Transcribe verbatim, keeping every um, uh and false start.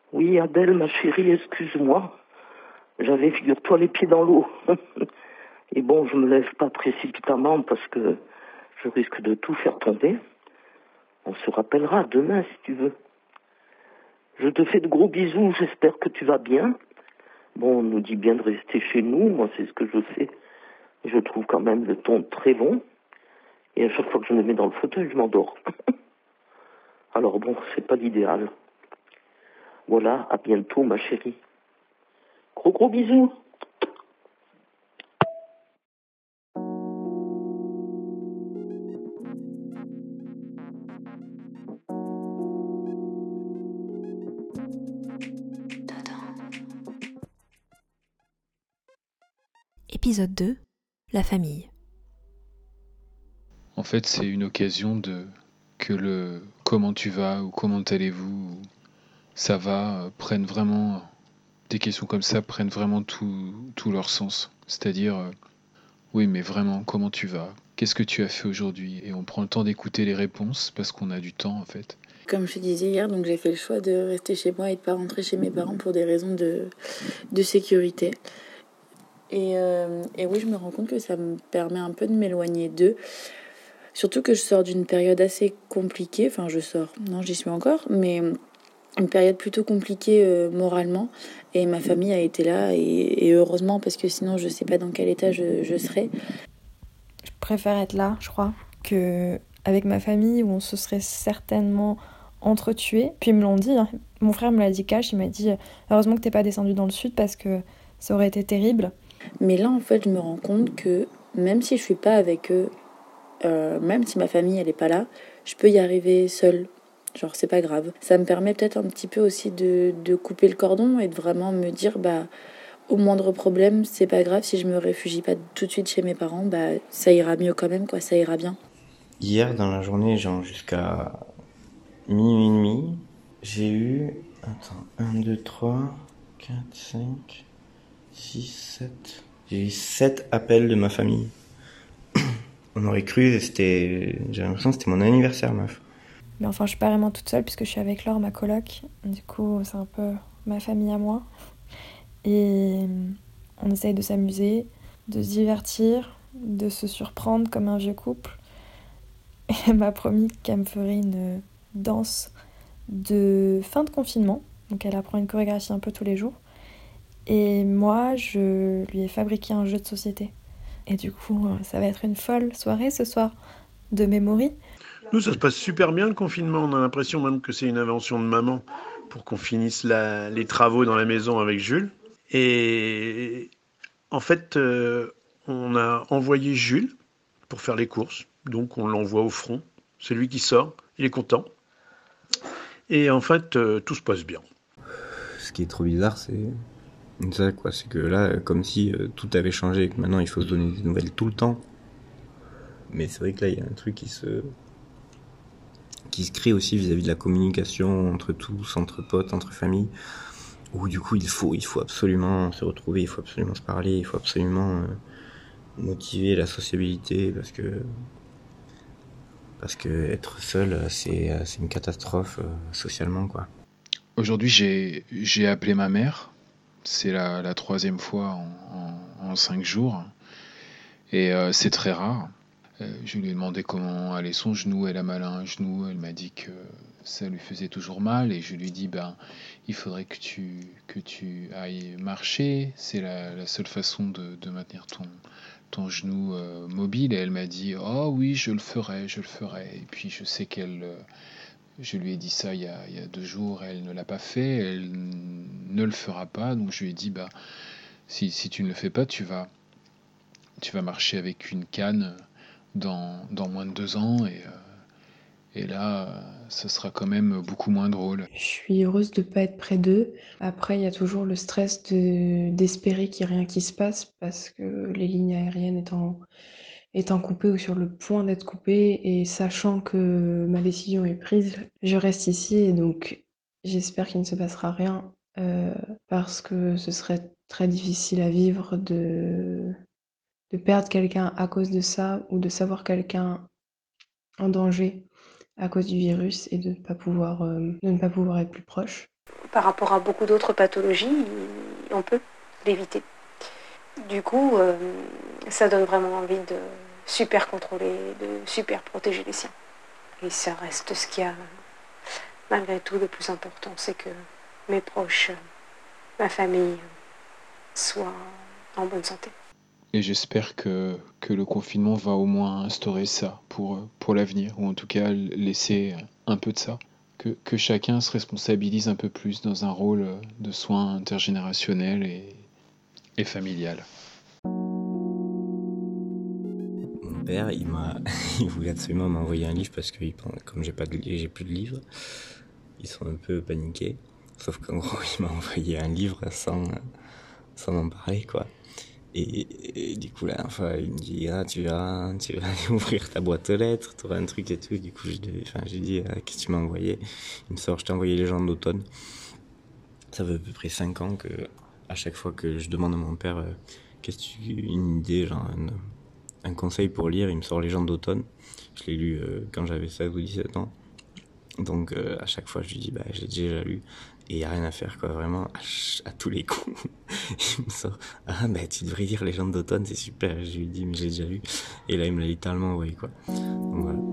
Oui, Adèle, ma chérie, excuse-moi. J'avais, figure-toi, les pieds dans l'eau. Et bon, je me lève pas précipitamment parce que je risque de tout faire tomber. On se rappellera demain, si tu veux. Je te fais de gros bisous, j'espère que tu vas bien. Bon, on nous dit bien de rester chez nous, moi c'est ce que je fais. Je trouve quand même le ton très long. Et à chaque fois que je me mets dans le fauteuil, je m'endors. Alors bon, c'est pas l'idéal. Voilà, à bientôt ma chérie. Gros gros bisous. Épisode deux, la famille. En fait, c'est une occasion de que le comment tu vas ou comment allez-vous ou ça va euh, prennent vraiment des questions comme ça prennent vraiment tout, tout leur sens. C'est-à-dire euh, oui, mais vraiment comment tu vas? Qu'est-ce que tu as fait aujourd'hui? Et on prend le temps d'écouter les réponses parce qu'on a du temps en fait. Comme je te disais hier, donc j'ai fait le choix de rester chez moi et de pas rentrer chez mes parents pour des raisons de, de sécurité. Et, euh, et oui, je me rends compte que ça me permet un peu de m'éloigner d'eux. Surtout que je sors d'une période assez compliquée. Enfin, je sors, non, j'y suis encore, mais une période plutôt compliquée euh, moralement. Et ma famille a été là, et, et heureusement, parce que sinon, je sais pas dans quel état je, je serais. Je préfère être là, je crois, que avec ma famille où on se serait certainement entretués. Puis ils me l'ont dit, hein. Mon frère me l'a dit cash, il m'a dit heureusement que t'es pas descendu dans le sud parce que ça aurait été terrible. Mais là, en fait, je me rends compte que même si je suis pas avec eux, euh, même si ma famille elle est pas là, je peux y arriver seule. Genre, c'est pas grave. Ça me permet peut-être un petit peu aussi de, de couper le cordon et de vraiment me dire, bah, au moindre problème, c'est pas grave. Si je me réfugie pas tout de suite chez mes parents, bah, ça ira mieux quand même, quoi. Ça ira bien. Hier, dans la journée, genre jusqu'à minuit et demi, j'ai eu, attends, un, deux, trois, quatre, cinq, six, sept. J'ai eu sept appels de ma famille. On aurait cru, c'était, j'ai l'impression que c'était mon anniversaire, meuf. Mais enfin, je suis pas vraiment toute seule puisque je suis avec Laure, ma coloc. Du coup, c'est un peu ma famille à moi. Et on essaye de s'amuser, de se divertir, de se surprendre comme un vieux couple. Et elle m'a promis qu'elle me ferait une danse de fin de confinement. Donc elle apprend une chorégraphie un peu tous les jours. Et moi, je lui ai fabriqué un jeu de société. Et du coup, ça va être une folle soirée ce soir de memory. Nous, ça se passe super bien le confinement. On a l'impression même que c'est une invention de maman pour qu'on finisse la, les travaux dans la maison avec Jules. Et en fait, euh, on a envoyé Jules pour faire les courses. Donc on l'envoie au front. C'est lui qui sort. Il est content. Et en fait, euh, tout se passe bien. Ce qui est trop bizarre, c'est ça, quoi. C'est que là, comme si euh, tout avait changé et que maintenant il faut se donner des nouvelles tout le temps. Mais c'est vrai que là, il y a un truc qui se qui se crée aussi vis-à-vis de la communication entre tous, entre potes, entre familles, où du coup il faut il faut absolument se retrouver, il faut absolument se parler, il faut absolument euh, motiver la sociabilité parce que parce que être seul, c'est c'est une catastrophe euh, socialement, quoi. Aujourd'hui, j'ai, j'ai appelé ma mère. C'est la, la troisième fois en, en, en cinq jours. Et euh, c'est très rare. Euh, je lui ai demandé comment allait son genou. Elle a mal à un genou. Elle m'a dit que ça lui faisait toujours mal. Et je lui ai dit, ben, il faudrait que tu, que tu ailles marcher. C'est la, la seule façon de, de maintenir ton, ton genou euh, mobile. Et elle m'a dit, oh oui, je le ferai, je le ferai. Et puis je sais qu'elle... Euh, je lui ai dit ça il y, a, il y a deux jours, elle ne l'a pas fait, elle ne le fera pas, donc je lui ai dit, bah, si, si tu ne le fais pas, tu vas, tu vas marcher avec une canne dans, dans moins de deux ans, et, euh, et là, ça sera quand même beaucoup moins drôle. Je suis heureuse de ne pas être près d'eux. Après, il y a toujours le stress de, d'espérer qu'il n'y ait rien qui se passe parce que les lignes aériennes étant, étant coupées ou sur le point d'être coupées et sachant que ma décision est prise, je reste ici et donc j'espère qu'il ne se passera rien euh, parce que ce serait très difficile à vivre de, de perdre quelqu'un à cause de ça ou de savoir quelqu'un en danger à cause du virus et de ne pas pouvoir, euh, de ne pas pouvoir être plus proche. par rapport à beaucoup d'autres pathologies, on peut l'éviter. Du coup, euh, ça donne vraiment envie de super contrôler, de super protéger les siens. Et ça reste ce qu'il y a, malgré tout, le plus important, c'est que mes proches, ma famille, soient en bonne santé. Et j'espère que, que le confinement va au moins instaurer ça pour, pour l'avenir, ou en tout cas laisser un peu de ça. Que, que chacun se responsabilise un peu plus dans un rôle de soins intergénérationnel et, et familial. Mon père, il m'a, il voulait absolument m'envoyer un livre parce que comme j'ai pas de, j'ai plus de livres, ils sont un peu paniqués. Sauf qu'en gros, il m'a envoyé un livre sans, sans m'en parler, quoi. Et, et du coup, là, enfin, il me dit, ah, tu vas, tu vas aller ouvrir ta boîte aux lettres, tu auras un truc et tout. Du coup, j'ai, enfin, j'ai dit, ah, qu'est-ce que tu m'as envoyé? Il me sort, je t'ai envoyé Légendes d'automne. Ça fait à peu près cinq ans que, à chaque fois que je demande à mon père, euh, qu'est-ce que tu, une idée, genre, un, un conseil pour lire, il me sort Légendes d'automne. Je l'ai lu euh, quand j'avais seize ou dix-sept ans. Donc, euh, à chaque fois, je lui dis, bah, je l'ai déjà lu. Et il n'y a rien à faire, quoi, vraiment, à, ch- à tous les coups. Il me sort, ah, bah, tu devrais lire Légendes d'automne, c'est super. Je lui dis, mais j'ai déjà lu. Et là, il me l'a littéralement envoyé, quoi. Donc, voilà.